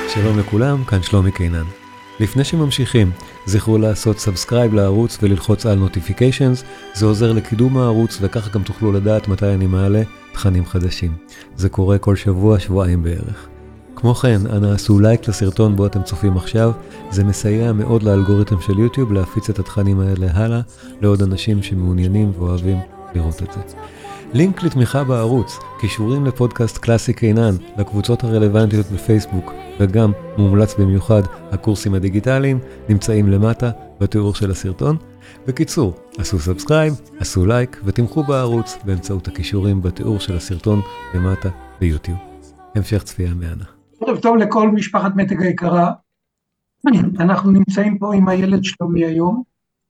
שלום לכולם, כאן שלומי קינן. לפני שממשיכים, זכרו לעשות סאבסקרייב לערוץ וללחוץ על נוטיפיקיישנס, זה עוזר לקידום הערוץ וככה גם תוכלו לדעת מתי אני מעלה תכנים חדשים. זה קורה כל שבוע, שבועיים בערך. כמו כן, אנא עשו לייק לסרטון בו אתם צופים עכשיו, זה מסייע מאוד לאלגוריתם של יוטיוב להפיץ את התכנים האלה הלאה לעוד אנשים שמעוניינים ואוהבים לראות את זה. לינק לתמיכה בערוץ, קישורים לפודקאסט קלאסי קינן, לקבוצות הרלוונטיות בפייסבוק, וגם מומלץ במיוחד הקורסים הדיגיטליים, נמצאים למטה בתיאור של הסרטון. בקיצור, עשו סאבסקרייב, עשו לייק ותמכו בערוץ באמצעות הקישורים בתיאור של הסרטון למטה ביוטיוב. המשך צפייה מהנה. ערב טוב לכל משפחת מתג היקרה. אנחנו נמצאים פה עם הילד שלומי היום,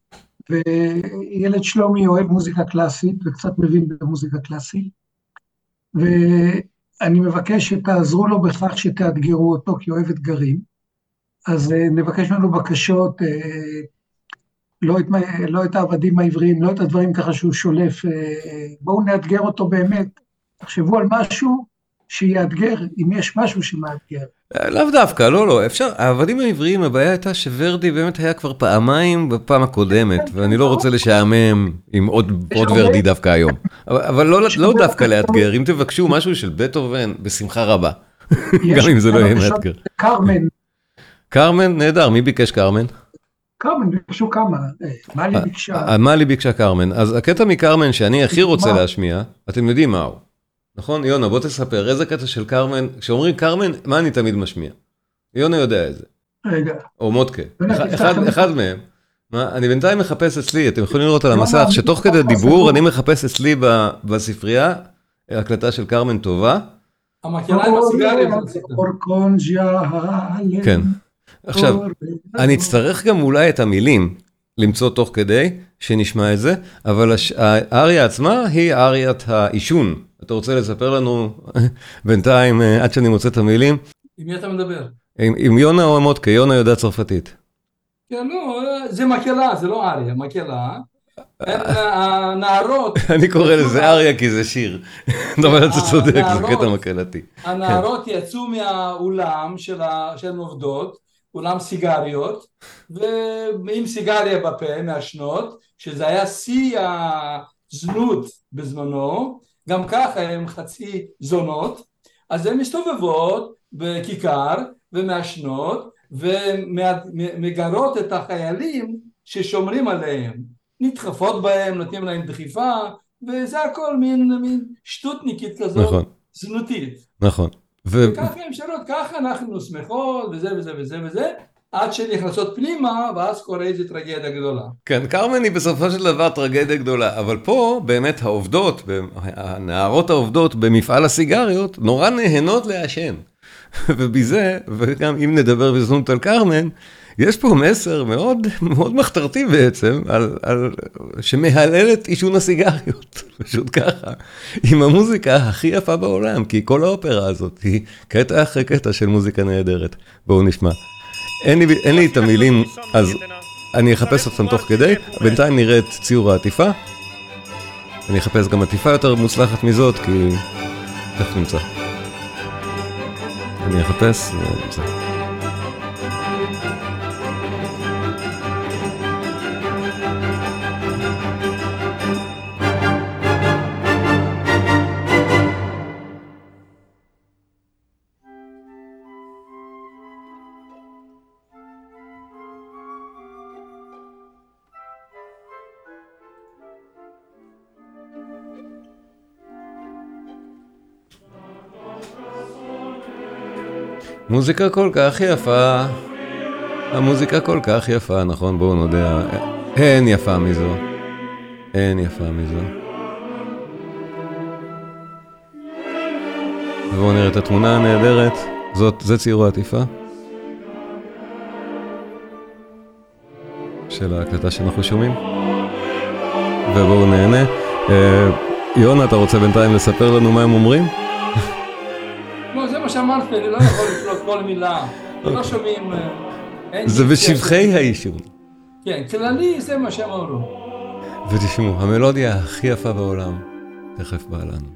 וילד שלומי אוהב מוזיקה קלאסית וקצת מבין במוזיקה קלאסית, ואני מבקש שתעזרו לו בכך שתאתגרו אותו, כי הוא אוהב אתגרים. אז נבקש ממנו בקשות, לא את העבדים העבריים, לא את הדברים ככה שהוא שולף. בואו נאתגר אותו באמת, תחשבו על משהו שיאתגר, אם יש משהו שמאתגר. לאו דווקא, לא, אפשר. העבדים העבריים, הבעיה הייתה שוורדי באמת היה כבר פעמיים בפעם הקודמת, ואני לא רוצה לשעמם עם עוד ורדי דווקא היום. אבל לא דווקא לאתגר, אם תבקשו משהו של בטהובן, בשמחה רבה. גם אם זה לא יהיה מאתגר. קרמן. קרמן, נהדר, מי ביקש קרמן? קרמן, ביקשו כמה. מאלי ביקשה. מאלי ביקשה קרמן. אז הקטע מקרמן שאני הכי רוצה להשמיע, אתם יודעים מהו. נכון? יונה, בוא תספר, איזה קטע של קרמן, כשאומרים קרמן, מה אני תמיד משמיע? יונה יודע את זה. רגע. או מודקה. אחד מהם. אני בינתיים מחפש אצלי, אתם יכולים לראות על המסך, שתוך כדי דיבור, אני מחפש אצלי בספרייה, הקלטה של קרמן טובה. המקהלה עם הסיגרים. כן. עכשיו, אני אצטרך גם אולי את המילים, למצוא תוך כדי שנשמע את זה, אבל האריה עצמה היא אריית העישון. אתה רוצה לספר לנו בינתיים, עד שאני מוצא את המילים? עם מי אתה מדבר? עם יונה או מודקה, יונה יודע צרפתית. כן, לא, זה מקהלה, זה לא אריה, מקהלה. הנערות... אני קורא לזה אריה כי זה שיר. אבל אתה צודק, זה קטע מקהלתי. הנערות יצאו מהאולם של עובדות, אולם סיגריות, ועם סיגריה בפה מהשנות, שזה היה שיא הזנות בזמנו, גם ככה הם חצי זונות, אז הן מסתובבות בכיכר ומעשנות, ומגרות את החיילים ששומרים עליהם, נדחפות בהם, נותנים להם דחיפה, וזה הכל מין שטותניקית כזאת, נכון. זנותית. נכון. וככה הם שרות, ככה אנחנו שמחות, וזה וזה וזה וזה, עד שנכנסות פנימה, ואז קורה איזו טרגדיה גדולה. כן, קרמן היא בסופו של דבר טרגדיה גדולה, אבל פה באמת העובדות, הנערות העובדות במפעל הסיגריות, נורא נהנות לעשן. ובזה, וגם אם נדבר בזנות על קרמן, יש פה מסר מאוד, מאוד מחתרתי בעצם, שמהלל את עישון הסיגריות, פשוט ככה, עם המוזיקה הכי יפה בעולם, כי כל האופרה הזאת היא קטע אחרי קטע של מוזיקה נהדרת. בואו נשמע. אין לי את המילים, אז אני אחפש אותם תוך כדי, בינתיים נראה את ציור העטיפה. אני אחפש גם עטיפה יותר מוצלחת מזאת, כי תכף נמצא. אני אחפש ונמצא. מוזיקה כל כך יפה, המוזיקה כל כך יפה, נכון? בואו נודע, אין יפה מזו, אין יפה מזו. ובואו נראה את התמונה הנהדרת, זה ציור העטיפה של ההקלטה שאנחנו שומעים, ובואו נהנה. יונה, אתה רוצה בינתיים לספר לנו מה הם אומרים? זה מה שאמרתי, אני לא יכול לקלוט כל מילה, לא שומעים... זה בשבחי העישון. כן, כללי זה מה שהם אמרו. ותשמעו, המלודיה הכי יפה בעולם, תכף באה לנו.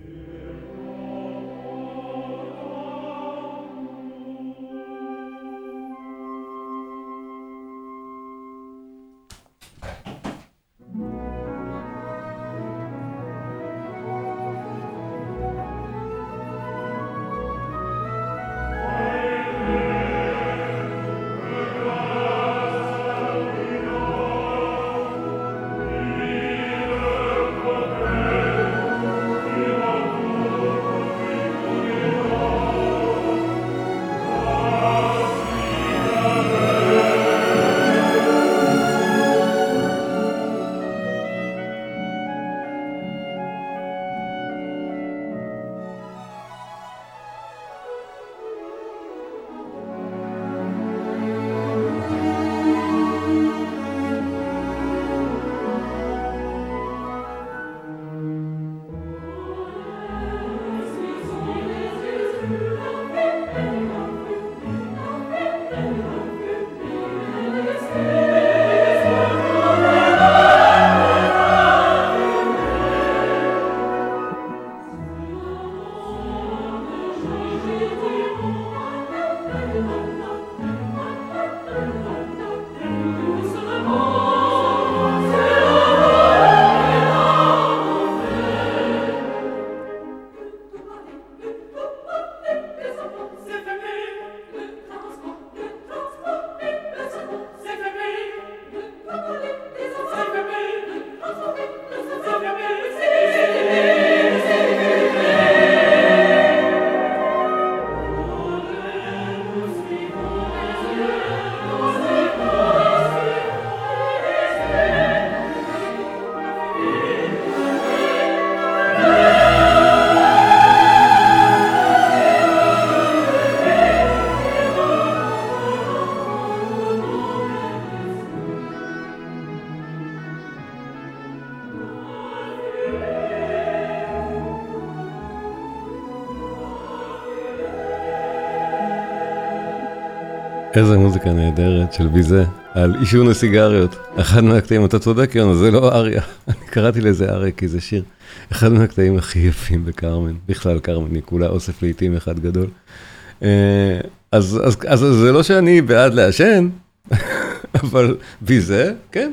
איזה מוזיקה נהדרת של ביזה, על עישון הסיגריות. אחד מהקטעים, אתה צודק יונה, זה לא אריה. אני קראתי לזה אריה כי זה שיר. אחד מהקטעים הכי יפים בקרמן. בכלל קרמן היא כולה אוסף לעיתים אחד גדול. אז זה לא שאני בעד לעשן, אבל ביזה, כן.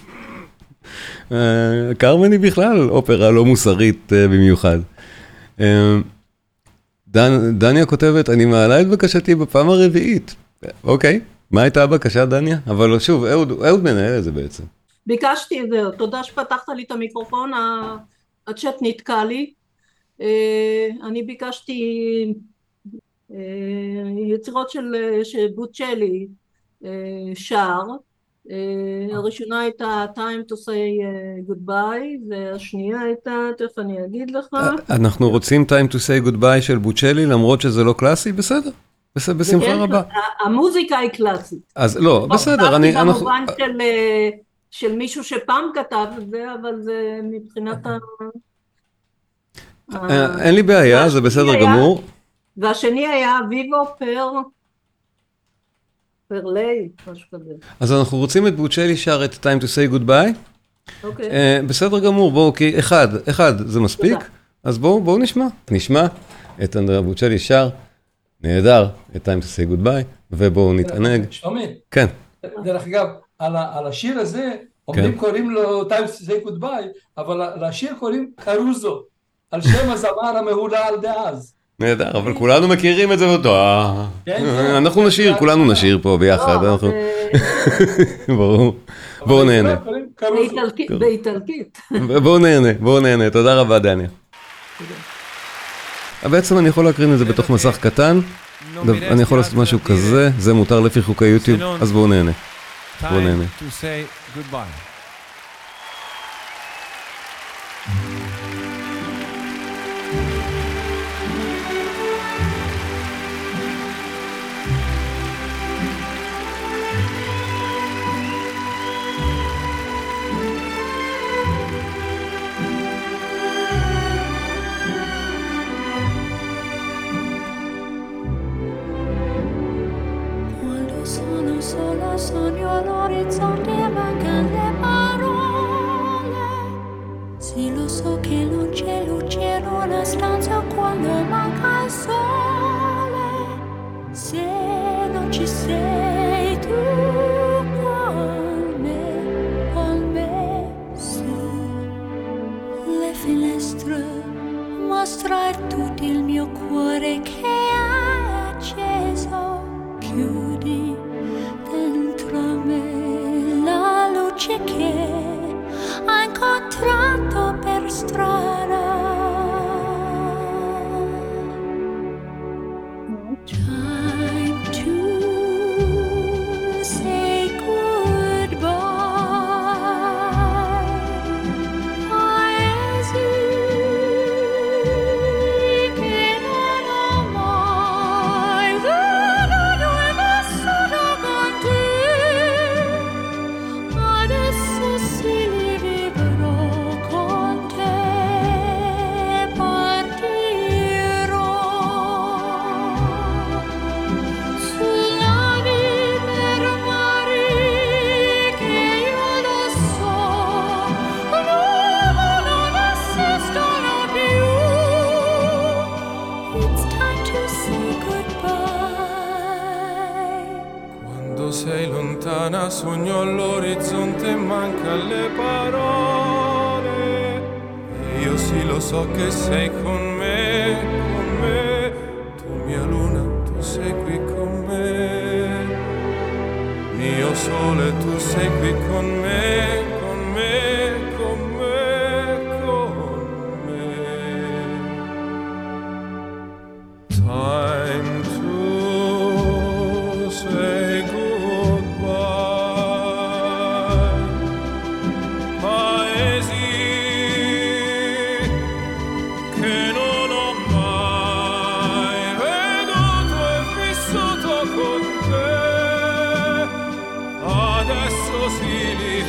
קרמן היא בכלל אופרה לא מוסרית במיוחד. דניה כותבת, אני מעלה את בקשתי בפעם הרביעית. אוקיי, מה הייתה הבקשה, דניה? אבל שוב, אהוד מנהל את זה בעצם. ביקשתי, תודה שפתחת לי את המיקרופון, הצ'אט נתקע לי. אני ביקשתי יצירות של בוצ'לי שר. הראשונה הייתה Time to say goodbye, והשנייה הייתה, תכף אני אגיד לך. אנחנו רוצים Time to say goodbye של בוצ'לי, למרות שזה לא קלאסי, בסדר? בשמחה רבה. המוזיקה היא קלאסית. אז לא, בסדר. במובן של מישהו שפעם כתב את זה, אבל זה מבחינת אין לי בעיה, זה בסדר גמור. והשני היה ויבו פרלי, משהו כזה. אז אנחנו רוצים את בוצ'לי שר את Time to say goodbye. אוקיי. בסדר גמור, בואו, כי אחד זה מספיק. אז בואו נשמע את אנדריה בוצ'לי שר. נהדר, את Time to say goodbye, ובואו נתענג. שלומי. כן. דרך אגב, על השיר הזה, אומרים קוראים לו Time to say goodbye, אבל לשיר קוראים קרוזו, על שם הזמר המהולל דאז. נהדר, אבל כולנו מכירים את זה אותו. אנחנו נשיר, כולנו נשיר פה ביחד. ברור. בואו נהנה. באיטלקית. בואו נהנה. תודה רבה, דניה. בעצם אני יכול להקרין את זה בתוך מסך קטן, אני יכול לעשות משהו כזה, זה מותר לפי חוקי יוטיוב, אז בואו נהנה. בואו נהנה. Sogno l'orizzonte, mancano le parole. Sì, lo so che non c'è luce in una stanza quando manca il sole. Se non ci sei tu con me, su le finestre mostrar tutto il mio cuore che è acceso. Chiudi dentro me la luce che ha incontrato per strada. Time to say goodbye. Paesi che non ho mai veduto e vissuto con te. Adesso sì li vivrò con te. Partirò sulla vita per mari che io lo so non esistono più. It's time to say goodbye. Quando sei lontana sogno all'orizzonte e manca le parole. E io sì lo so che sei con me, tu mia luna, tu sei qui con me. Mio sole, tu sei qui con me, con me, con me, con me. Time to say goodbye. Paesi che non ho mai veduto e vissuto con te. Adesso sì li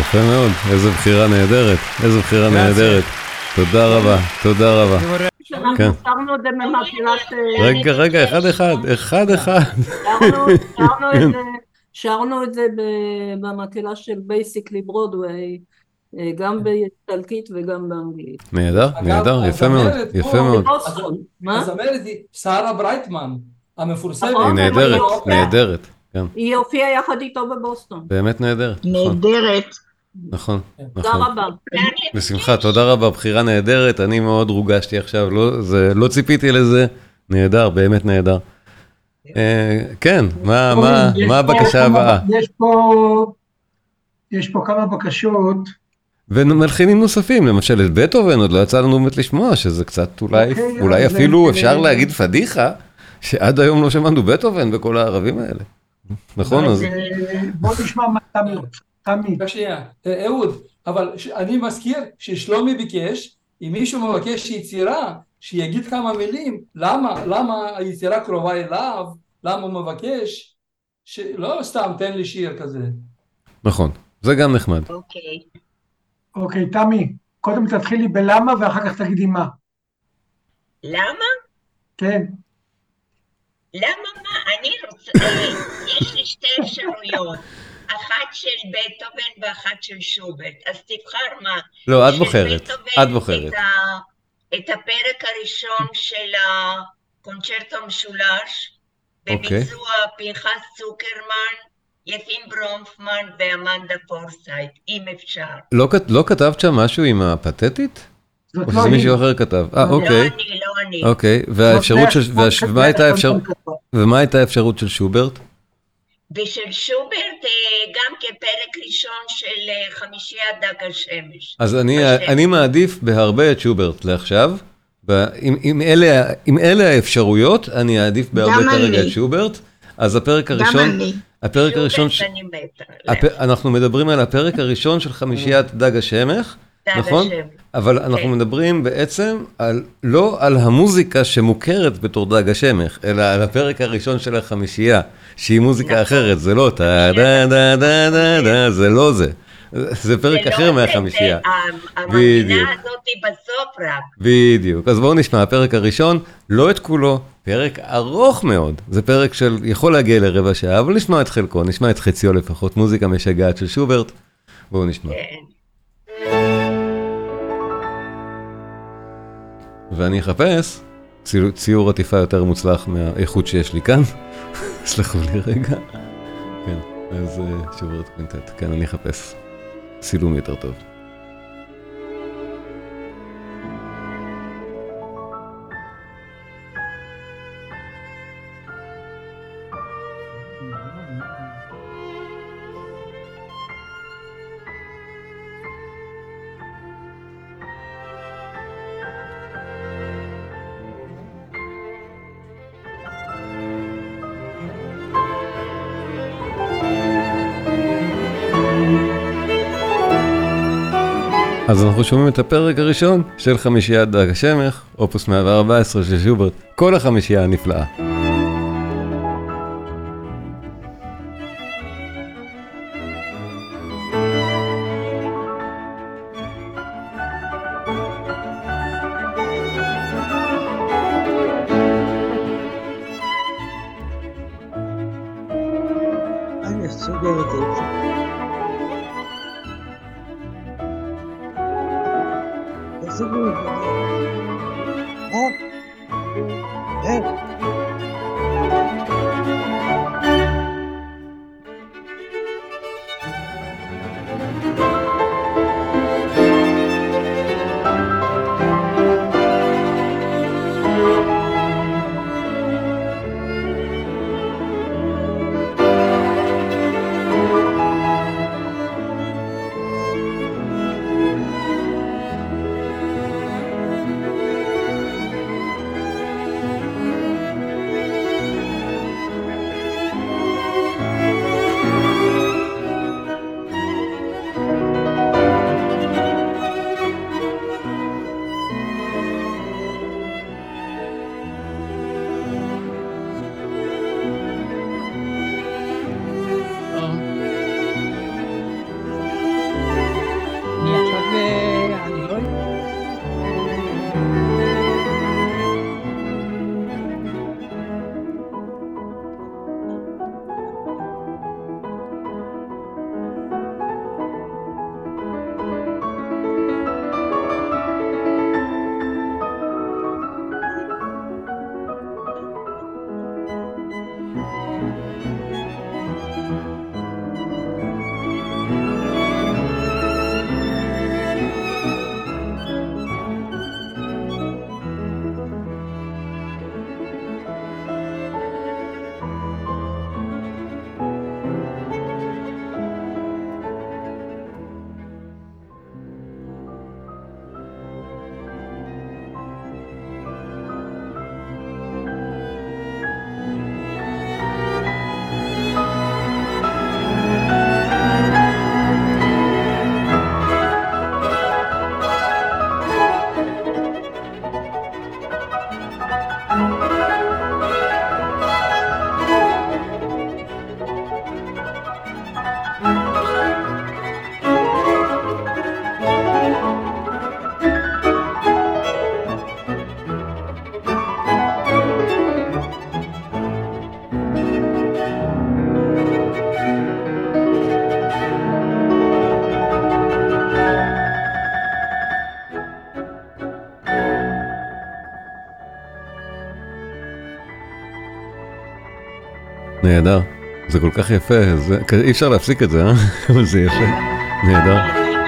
יפה מאוד, איזו בחירה נהדרת, איזו בחירה נהדרת. תודה רבה, תודה רבה. אנחנו שרנו את זה ממקהלת... רגע, אחד. שרנו את זה במקהלה של בייסיקלי ברודווי, גם באיטלקית וגם באנגלית. נהדר, יפה מאוד. הזמרת היא שרה ברייטמן, המפורסמת. היא נהדרת. היא הופיעה יחד איתו בבוסטון. באמת נהדרת. נכון. תודה רבה. בשמחה, תודה רבה, בחירה נהדרת, אני מאוד רוגשתי עכשיו, לא ציפיתי לזה, נהדר, באמת נהדר. כן, מה הבקשה הבאה? יש פה כמה בקשות. ומלחינים נוספים, למשל את בטהובן, עוד לא יצא לנו באמת לשמוע, שזה קצת אולי אפילו אפשר להגיד פדיחה, שעד היום לא שמענו בטהובן בכל הערבים האלה. נכון? בוא נשמע מה תמיד. שנייה, אהוד, אבל אני מזכיר ששלומי ביקש, אם מישהו מבקש יצירה, שיגיד כמה מילים, למה היצירה קרובה אליו, למה הוא מבקש, שלא סתם תן לי שיר כזה. נכון, זה גם נחמד. אוקיי, תמי, קודם תתחילי בלמה ואחר כך תגידי מה. למה? כן. למה מה? אני רוצה, יש לי שתי אפשרויות, אחת של בטהובן ואחת של שוברט, אז תבחר מה. לא, את בוחרת. את הפרק הראשון של הקונצ'רטו המשולש, בביצוע פנחס צוקרמן, יפים ברונפמן ואמנדה פורסייט, אם אפשר. לא כתבת שם משהו עם הפתטית? או שזה מישהו אחר כתב? אוקיי. לא אני. אוקיי, ומה הייתה האפשרות של שוברט? ושל שוברט גם כפרק ראשון של חמישיית דג השמש. אז אני מעדיף בהרבה את שוברט לעכשיו, אם אלה האפשרויות, אני אעדיף בהרבה כרגע את שוברט, אז הפרק הראשון, אנחנו מדברים על הפרק הראשון של חמישיית דג השמש, נכון? אבל אנחנו מדברים בעצם לא על המוזיקה שמוכרת בתור דג השמש, אלא על הפרק הראשון של החמישייה, שהיא מוזיקה אחרת, זה לא זה לא זה. זה פרק אחר מהחמישייה. המנגינה הזאת היא בסוף רק. בדיוק. אז בואו נשמע, הפרק הראשון, לא את כולו, פרק ארוך מאוד. זה פרק יכול להגיע לרבע שעה, אבל נשמע את חלקו, נשמע את חציו לפחות, מוזיקה משגעת של שוברט. בואו נשמע. ואני אחפש ציור עטיפה יותר מוצלח מהאיכות שיש לי כאן. סלחו לי רגע. כן, אז שוברט קוינטט. כן, אני אחפש צילום יותר טוב. אז אנחנו שומעים את הפרק הראשון של חמישיית דג השמש, אופוס 114 של שוברט, כל החמישייה הנפלאה. אני סוגר את זה. Seguro. נהדר. זה כל כך יפה, אי אפשר להפסיק את זה, אבל זה יפה. נהדר.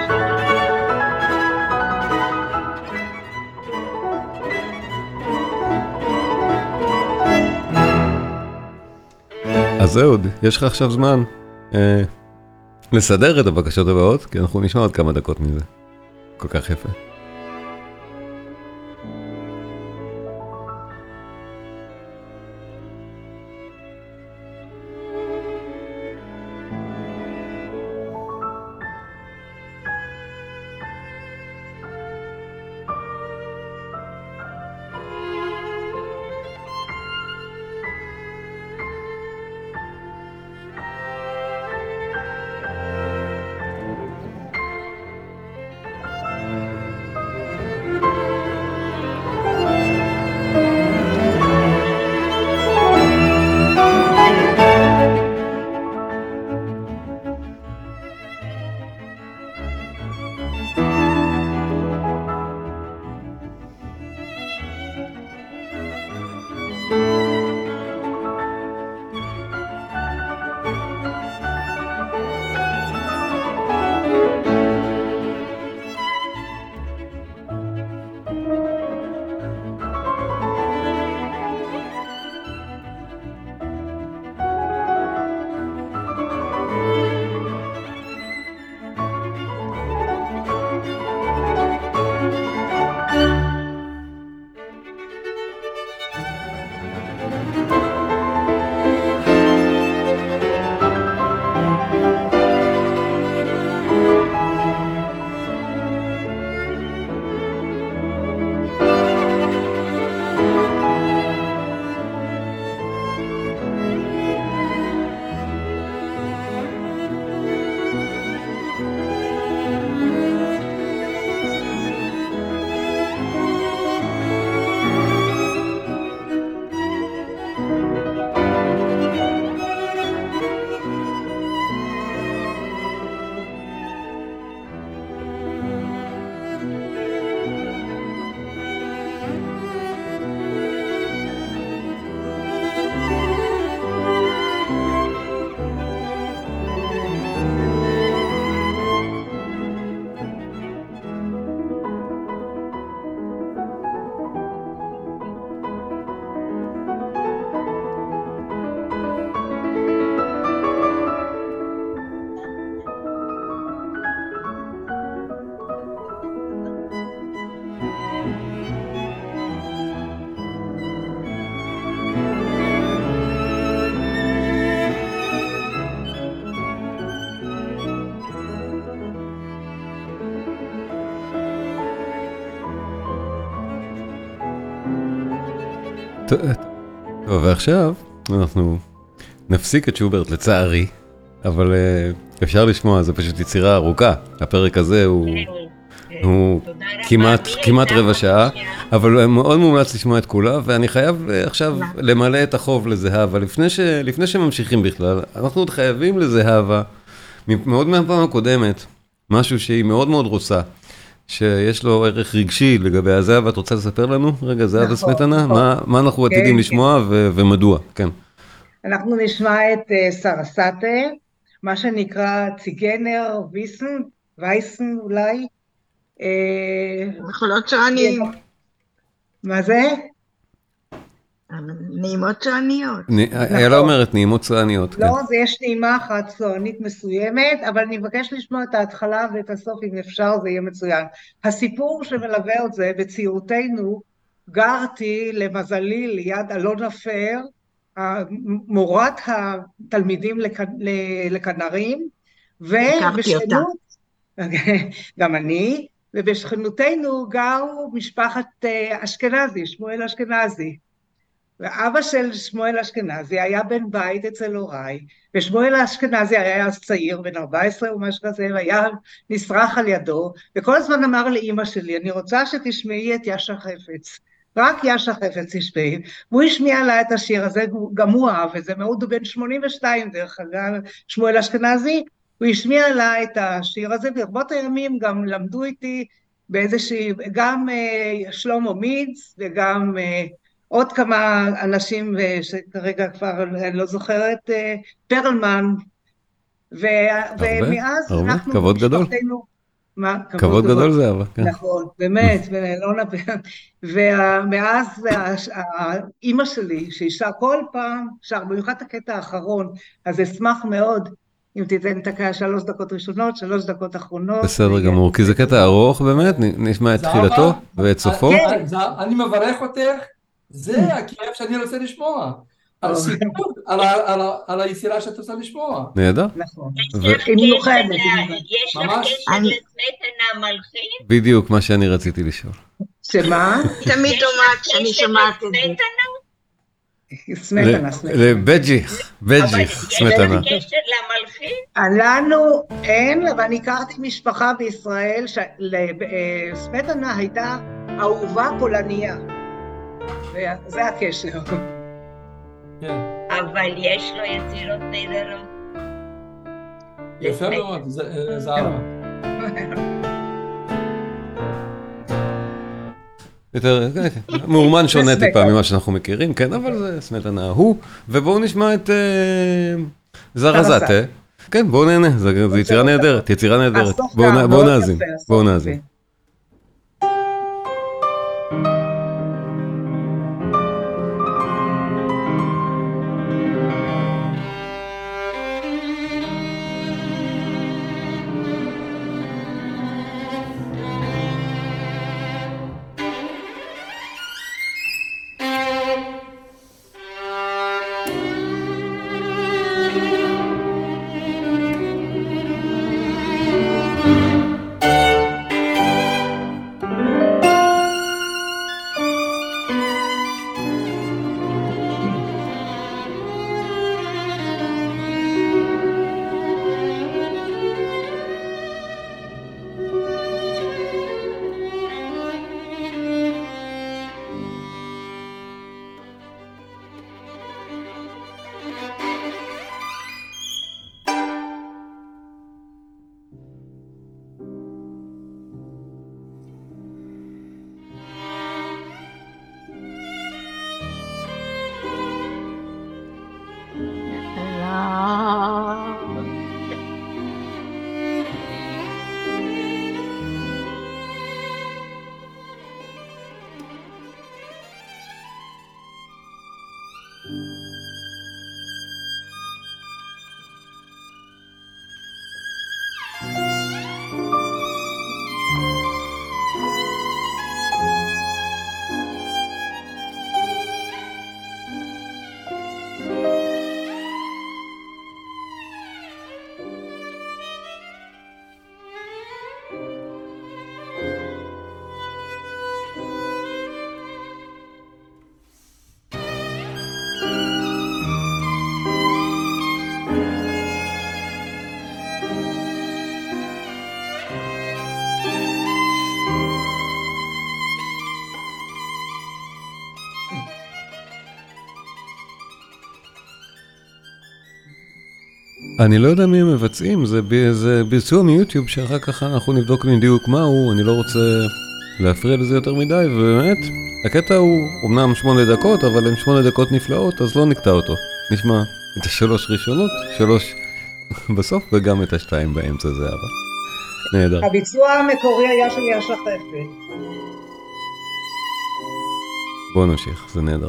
אז זהו, יש לך עכשיו זמן לסדר את הבקשות הבאות, כי אנחנו נשמע עוד כמה דקות מזה. כל כך יפה. טוב, ועכשיו אנחנו נפסיק את שוברט לצערי, אבל אפשר לשמוע, זה פשוט יצירה ארוכה. הפרק הזה הוא כמעט רבע שעה, אבל מאוד מומלץ לשמוע את כולה, ואני חייב עכשיו למלא את החוב לזהבה. לפני שממשיכים בכלל, אנחנו עוד חייבים לזהבה, מאוד מהפעם הקודמת, משהו שהיא מאוד מאוד רוצה, שיש לו ערך רגשי לגבי הזהבה. את רוצה לספר לנו? רגע, זהבה סמטנה, מה אנחנו עתידים לשמוע ומדוע? כן. אנחנו נשמע את סרסטה, מה שנקרא ציגנר וייסן אולי. מחולות שעניים. מה זה? נעימות שעניות. היה לא אומרת נעימות שעניות. לא, זה יש נעימה אחת צוענית מסוימת, אבל אני מבקש לשמוע את ההתחלה ואת הסוף, אם אפשר, זה יהיה מצוין. הסיפור שמלווה את זה, בצעירותנו, גרתי למזלי ליד אלונה פר, מורת התלמידים לכנרים, ובשכנות, גם אני, ובשכנותנו גרו משפחת אשכנזי, שמואל אשכנזי. ואבא של שמואל אשכנזי היה בן בית אצל הוריי, ושמואל אשכנזי היה אז צעיר, בן 14 או משהו כזה, והיה נשרח על ידו, וכל הזמן אמר לאמא שלי, אני רוצה שתשמעי את יאשה חפץ, רק יאשה חפץ תשמעי, והוא השמיע לה את השיר הזה, גם הוא אהב, וזה מאוד, הוא בן 82 דרך אגב, שמואל אשכנזי, הוא השמיע לה את השיר הזה, ברבות הימים גם למדו איתי באיזושהי, גם שלמה מיץ, וגם עוד כמה אנשים שכרגע כבר אני לא זוכרת, פרלמן, ומאז הרבה, אנחנו כבוד גדול. מה? כבוד גדול זה אבל, כן. נכון, באמת, ולא נבין. ומאז האימא שלי, שאישה כל פעם, שר במיוחד את הקטע האחרון, אז אשמח מאוד אם תיתן את 3 דקות ראשונות, 3 דקות אחרונות. בסדר גמור, כי זה קטע ארוך באמת, נשמע את תחילתו ואת סופו. אני מברך אותך, זה הכאב שאני רוצה לשמוע. על סיפור, על היצירה שאת רוצה לשמוע. נהדר. נכון. היא מיוחדת. יש לך קשר לסמטנה המלחין? בדיוק מה שאני רציתי לשאול. שמה? תמיד אומרת שאני שומעת את זה. סמטנה. לבג'יך, סמטנה. יש קשר למלחין? לנו אין, אבל אני הכרתי משפחה בישראל, סמטנה הייתה אהובה פולניה. וזה הקשר. אבל יש לו יצירות נהדרות. יפה מאוד, זהבה. יותר, מאומן שונה טיפה ממה שאנחנו מכירים, כן, אבל זה סמטנה הוא, ובואו נשמע את זרזתה. כן, בואו נהנה, זו יצירה נהדרת, בואו נאזין. אני לא יודע מי הם מבצעים, זה ביצוע מיוטיוב שאחר כך אנחנו נבדוק בדיוק מהו, אני לא רוצה להפריע לזה יותר מדי, ובאמת, הקטע הוא אמנם 8 דקות, אבל הם 8 דקות נפלאות, אז לא נקטע אותו. נשמע את 3 ראשונות, 3 בסוף, וגם את 2 באמצע זה, אבל נהדר. הביצוע המקורי היה של יאשה חפץ. בואו נמשיך, זה נהדר.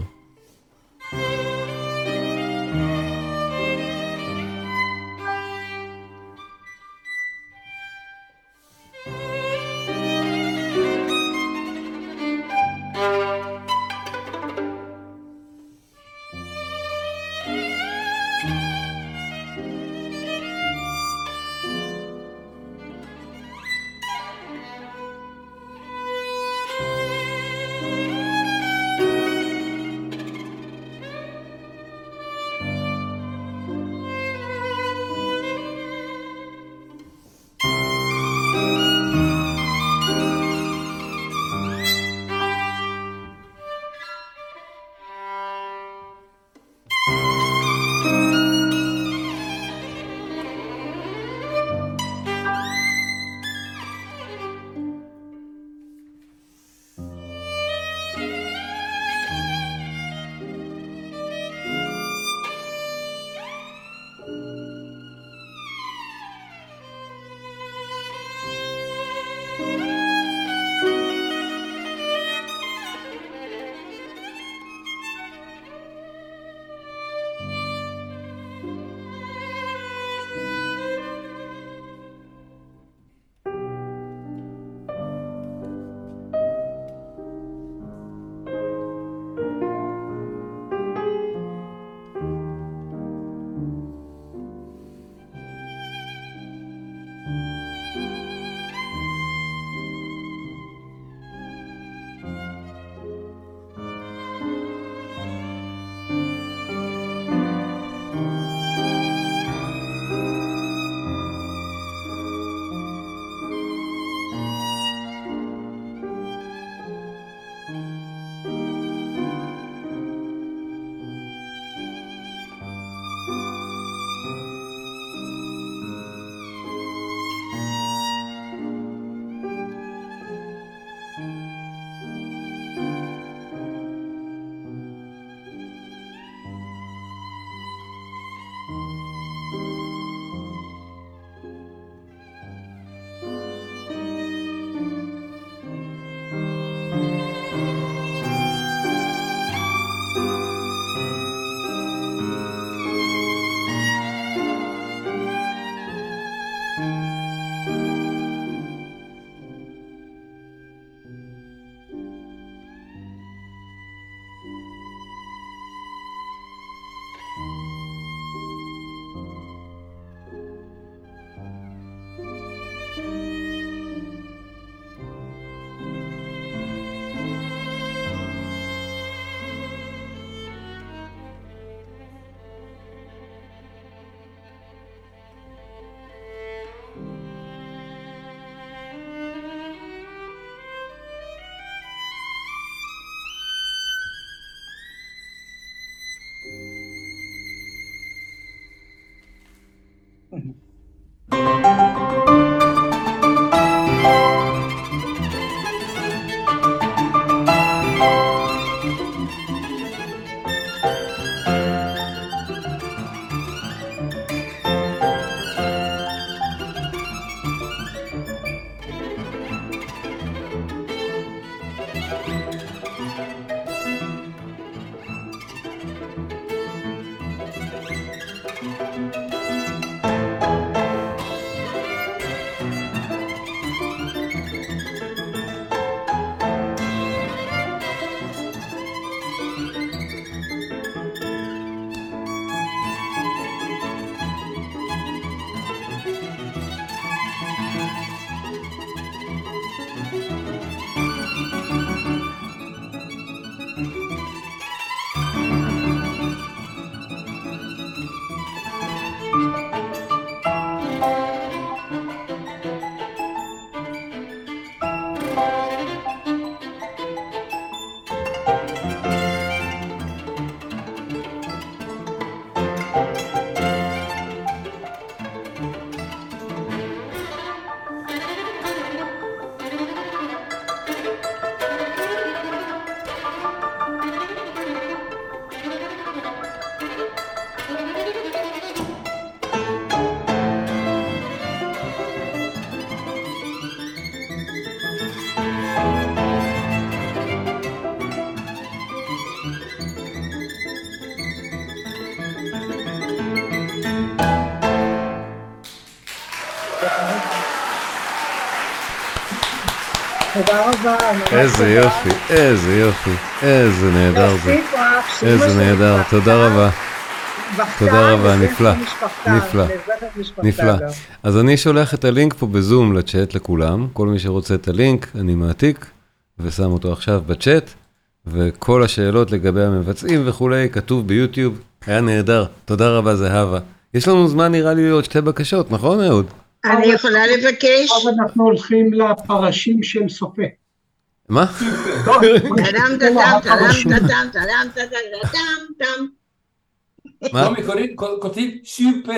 תודה רבה. איזה יופי, איזה יופי, איזה נהדר זה. איזה נהדר, תודה רבה. תודה רבה, נפלא, נפלא, נפלא. אז אני שולח את הלינק פה בזום לצ'אט לכולם, כל מי שרוצה את הלינק, אני מעתיק ושם אותו עכשיו בצ'אט, וכל השאלות לגבי המבצעים וכולי, כתוב ביוטיוב, היה נהדר, תודה רבה זהבה. יש לנו זמן נראה לי עוד 2 בקשות, נכון אהוד? אני יכולה לבקש? עכשיו אנחנו הולכים לפרשים של סופה. מה? לא מקורית, כותבים סופה.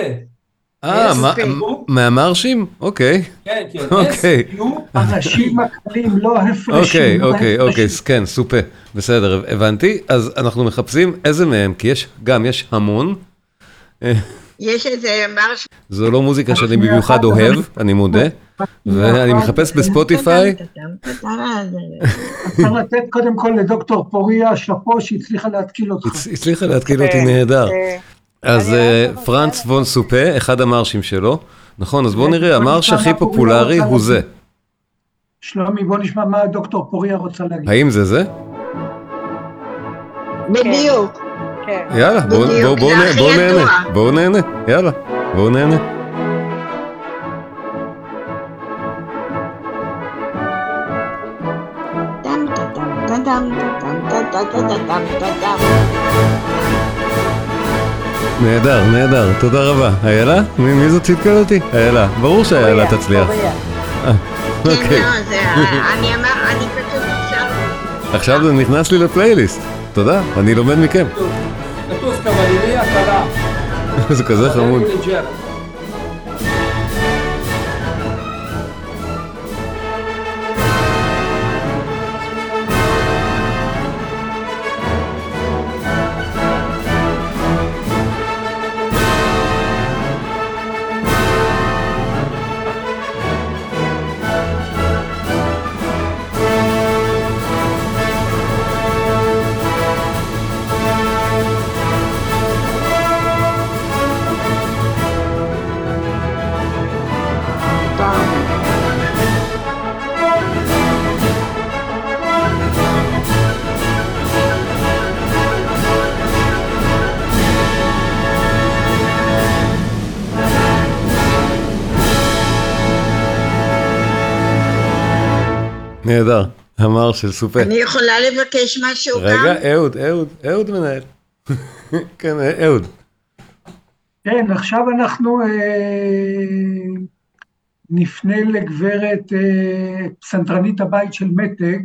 מהמרשים? אוקיי. כן, כן. אוקיי. פרשים הקלים, לא הפרשים. אוקיי, כן, סופה. בסדר, הבנתי. אז אנחנו מחפשים איזה מהם, כי יש המון. יש איזה מרש... זו לא מוזיקה שאני במיוחד אוהב, אני מודה, ואני מחפש בספוטיפיי. אפשר לתת קודם כל לדוקטור פוריה שאפו שהצליחה להתקיל אותך. הצליחה להתקיל אותי נהדר. אז פרנץ וון סופה, אחד המרשים שלו, נכון, אז בואו נראה, המרש הכי פופולרי הוא זה. שלומי, בוא נשמע מה דוקטור פוריה רוצה להגיד. האם זה זה? בדיוק. יאללה, בואו נהנה, יאללה, בואו נהנה. נהדר, נהדר, תודה רבה. איילה? מי זאת שהתקל אותי? איילה, ברור שאיילה תצליח. אוקיי. אני כתוב עכשיו. עכשיו זה נכנס לי לפלייליסט. תודה, אני לומד מכם. כתוב קבלריה קלה. זה כזה חמוד. נהדר, המר של סופה. אני יכולה לבקש משהו גם? רגע, אהוד מנהל. כן, אהוד. כן, עכשיו אנחנו נפנה לגברת פסנתרנית הבית של מתג.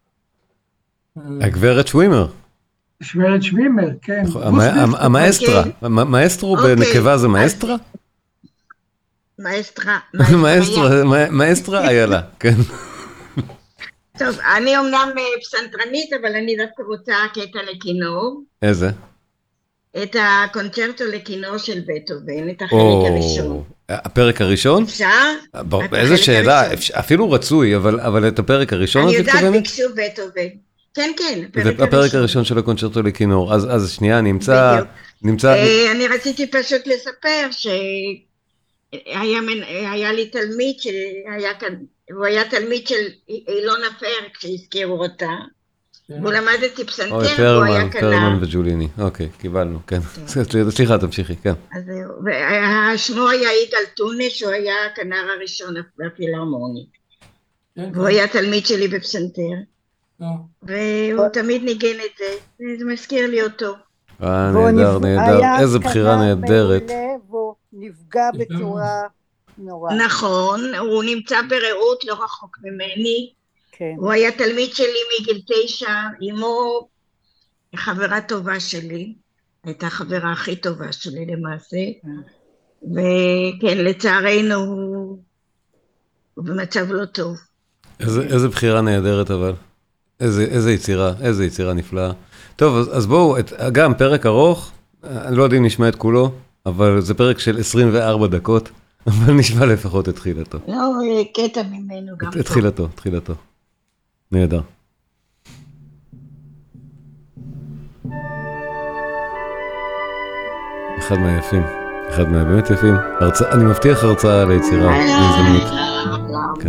הגברת שווימר. גברת שווימר, כן. המאסטרה. מאסטרו בנקבה זה מאסטרה? מאסטרה איילה, כן. טוב, אני אומנם פסנתרנית, אבל אני דווקא רוצה קטע לכינור. איזה? את הקונצ'רטו לכינור של בטהובן, את החלק הראשון. הפרק הראשון? אפשר? איזה שאלה, אפילו רצוי, אבל את הפרק הראשון את מתכוונת? אני יודעת, ביקשו בטהובן. כן, הפרק הראשון של הקונצ'רטו לכינור. אז שנייה, נמצא... אני רציתי פשוט לספר שהיה לי תלמיד שהיה כאן, הוא היה תלמיד של אילונה פר, כשהזכירו אותה. הוא למד איתי פסנתר, והוא היה כנר. פרמן וג'וליני, אוקיי, קיבלנו, כן. סליחה, תמשיכי, כן. אז שמו היה יגאל טונה, שהוא היה הכנר הראשון בפילהרמונית. והוא היה תלמיד שלי בפסנתר. והוא תמיד ניגן את זה, זה מזכיר לי אותו. נהדר, איזה בחירה נהדרת. והוא נפגע בצורה נורא. נכון, הוא נמצא ברעות לא רחוק ממני. הוא היה תלמיד שלי מגיל 9, אמו חברה טובה שלי, הייתה חברה הכי טובה שלי למעשה, וכן, לצערנו הוא במצב לא טוב. איזה בחירה נהדרת אבל, איזה יצירה נפלאה. טוב, אז בואו, גם פרק ארוך, אני לא יודע אם נשמע את כולו, אבל זה פרק של 24 דקות, אבל נשמע לפחות את תחילתו. לא, קטע ממנו גם טוב. תחילתו. נהדר. אחד מהבאמת יפים. אני מבטיח הרצאה על היצירה בהזדמנות. כן.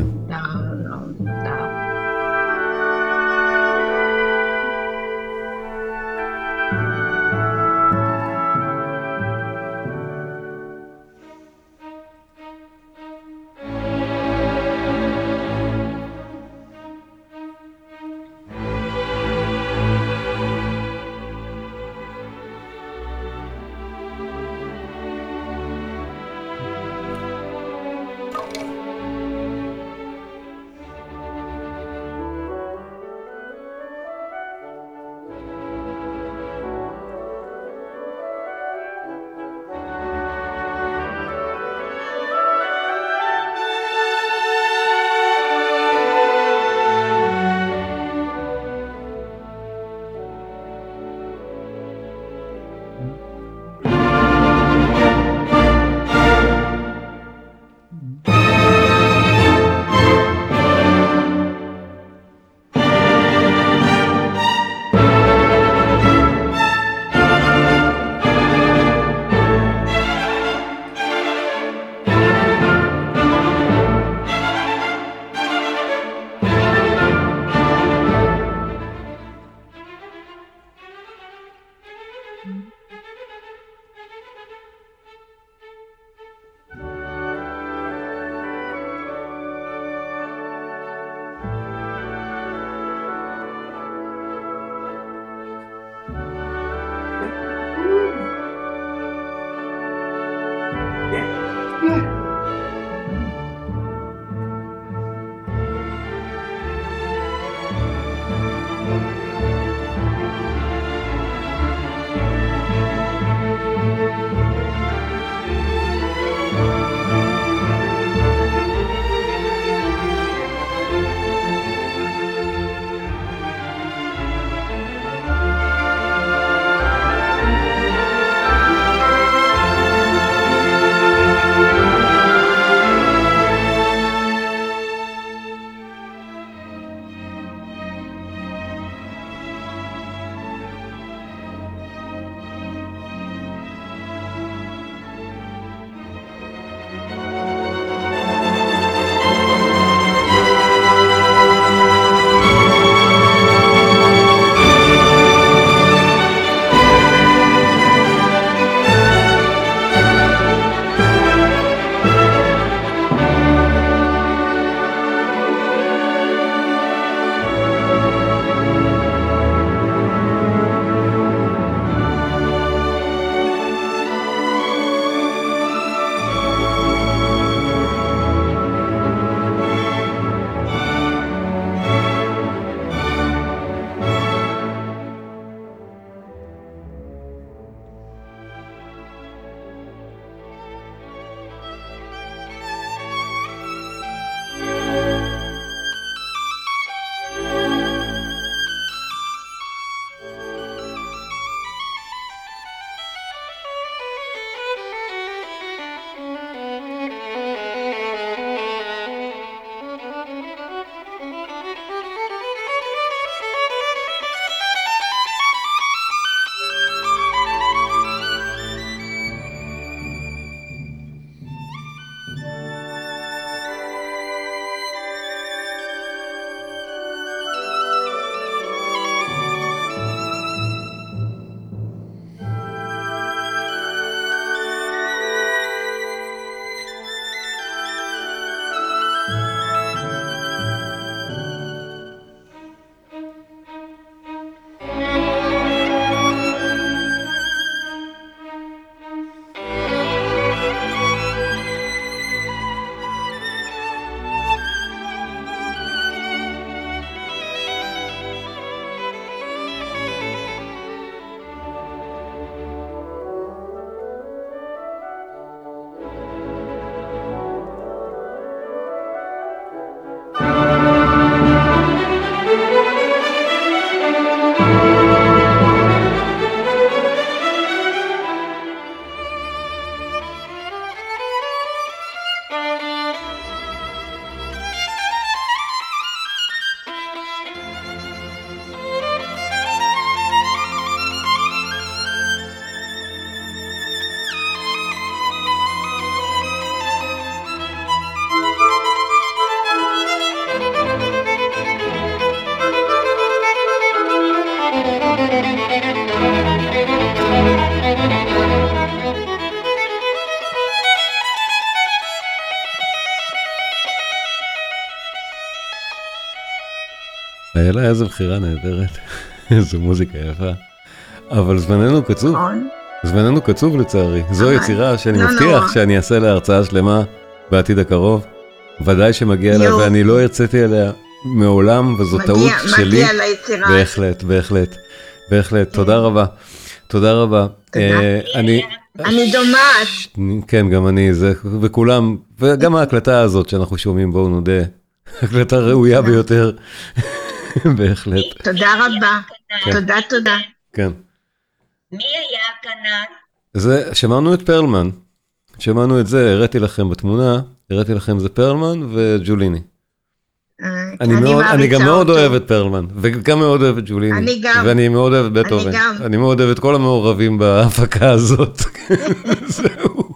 איילה, איזו בחירה נהדרת. איזו מוזיקה יפה. אבל זמננו קצוב. זמננו קצוב לצערי. זו יצירה שאני מבטיח שאני אעשה לה הרצאה שלמה בעתיד הקרוב. ודאי שמגיע לה, ואני לא הרציתי עליה מעולם, וזו טעות שלי. מגיע ליצירה. בהחלט, בהחלט. בהחלט, תודה רבה. תודה רבה. אני דומעת. כן, גם אני, זה, וכולם, וגם ההקלטה הזאת שאנחנו שומעים, בואו נודה, הקלטה ראויה ביותר. בהחלט. תודה רבה. תודה, תודה. כן. מי היה הכנר? זה, שמענו את פרלמן. שמענו את זה, הראיתי לכם בתמונה, הראיתי לכם זה פרלמן וג'וליני. אני גם מאוד אוהב את פרלמן, וגם מאוד אוהב את ג'וליני. אני גם. ואני מאוד אוהב את בטהובן. אני מאוד אוהב את כל המעורבים בהפקה הזאת. זהו.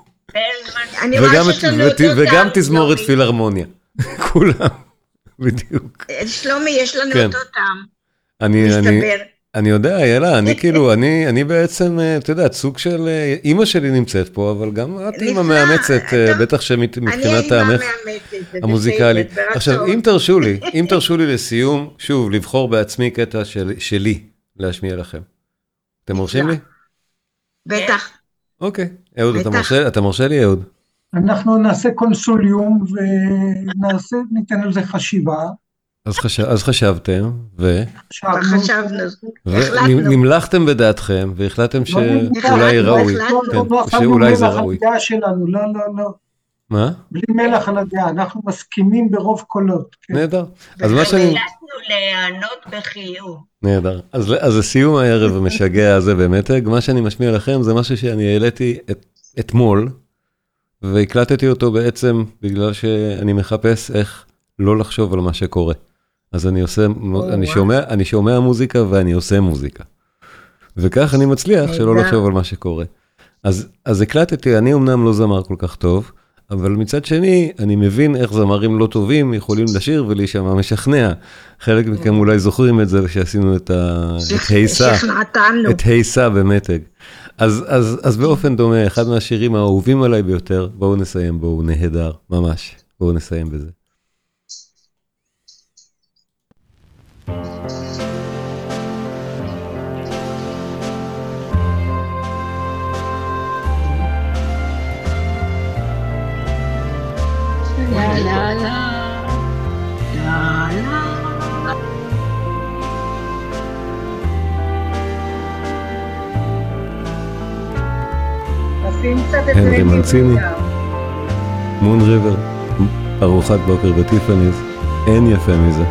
וגם תזמורת פילהרמוניה. כולם. בדיוק. שלומי, יש לנו אותו טעם. מסתבר. אני יודע, יאללה, אני כאילו, אני בעצם, אתה יודע, סוג של, אמא שלי נמצאת פה, אבל גם את אמא מאמצת, בטח שמבחינת טעמך המוזיקלית. עכשיו, אם תרשו לי לסיום, שוב, לבחור בעצמי קטע שלי להשמיע לכם. אתם מרשים לי? בטח. אוקיי, אהוד, אתה מרשה לי, אהוד? אנחנו נעשה קונסוליום וניתן על זה חשיבה. אז חשבתם, נמלכתם בדעתכם, והחלטתם שאולי ראוי, שאולי זה ראוי. לא. מה? בלי מלח על הדעה, אנחנו מסכימים ברוב קולות. נהדר. אז מה שאני... החלטנו להיענות בחיוב. נהדר. אז לסיום הערב המשגע הזה באמת, מה שאני משמיע לכם זה משהו שאני העליתי אתמול, והקלטתי אותו בעצם בגלל שאני מחפש איך לא לחשוב על מה שקורה. אז אני שומע מוזיקה ואני עושה מוזיקה. וכך אני מצליח שלא לחשוב על מה שקורה. אז הקלטתי, אני אמנם לא זמר כל כך טוב, אבל מצד שני, אני מבין איך זמרים לא טובים יכולים לשיר ולהישמע משכנע. חלק מכם אולי זוכרים את זה שעשינו את היסה במתג. אז באופן דומה, אחד מהשירים האהובים עליי ביותר, בואו נסיים, בואו נהדר, ממש, בואו נסיים בזה. La la la la. הנרי מנציני, מון ריבר, ארוחת בוקר בטיפניז, אין יפה מזה.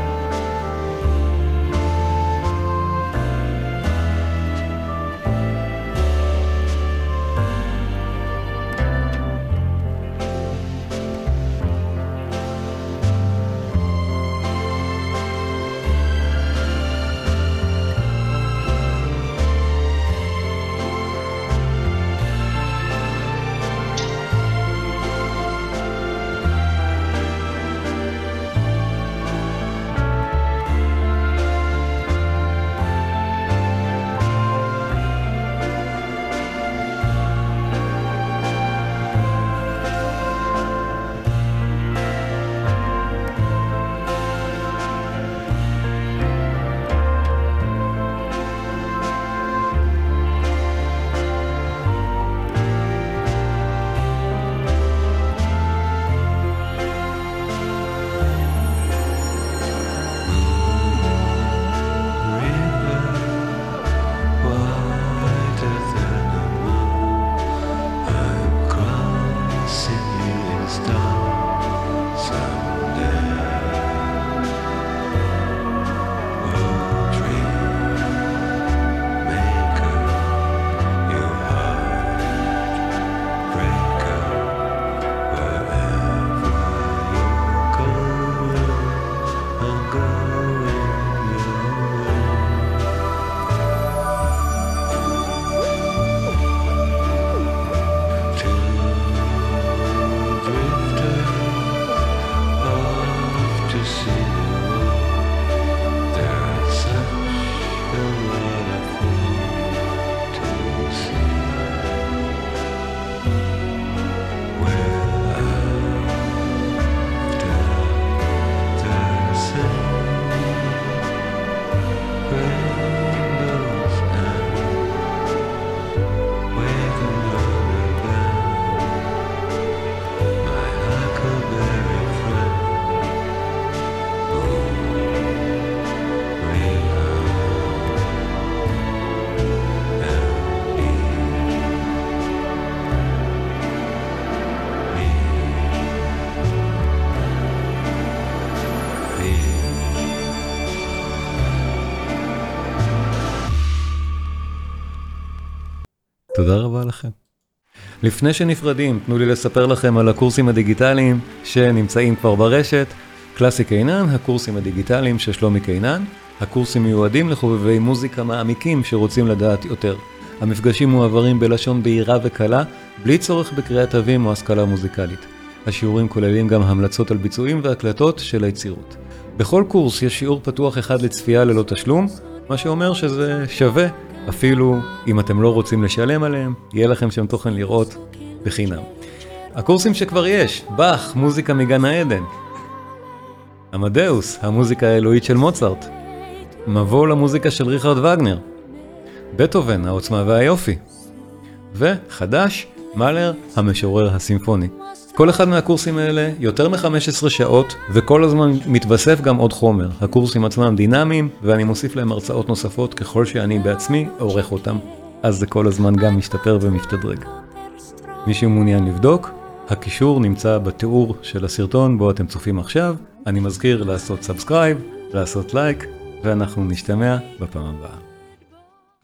תודה רבה לכם. לפני שנפרדים, תנו לי לספר לכם על הקורסים הדיגיטליים שנמצאים כבר ברשת. קלאסי קינן, הקורסים הדיגיטליים של שלומי קינן. הקורסים מיועדים לחובבי מוזיקה מעמיקים שרוצים לדעת יותר. המפגשים מועברים בלשון בהירה וקלה, בלי צורך בקריאת תווים או השכלה מוזיקלית. השיעורים כוללים גם המלצות על ביצועים והקלטות של היצירות. בכל קורס יש שיעור פתוח אחד לצפייה ללא תשלום, מה שאומר שזה שווה, אפילו אם אתם לא רוצים לשלם עליהם, יהיה לכם שם תוכן לראות בחינם. הקורסים שכבר יש, באך, מוזיקה מגן העדן. עמדאוס, המוזיקה האלוהית של מוצרט. מבוא למוזיקה של ריכרד וגנר. בטהובן, העוצמה והיופי. וחדש, מאלר, המשורר הסימפוני. כל אחד מהקורסים האלה יותר מ-15 שעות, וכל הזמן מתווסף גם עוד חומר. הקורסים עצמם דינמיים, ואני מוסיף להם הרצאות נוספות ככל שאני בעצמי עורך אותם. אז זה כל הזמן גם משתפר ומפתדרג. מי שמעוניין לבדוק, הקישור נמצא בתיאור של הסרטון בו אתם צופים עכשיו. אני מזכיר לעשות סאבסקרייב, לעשות לייק, ואנחנו נשתמע בפעם הבאה.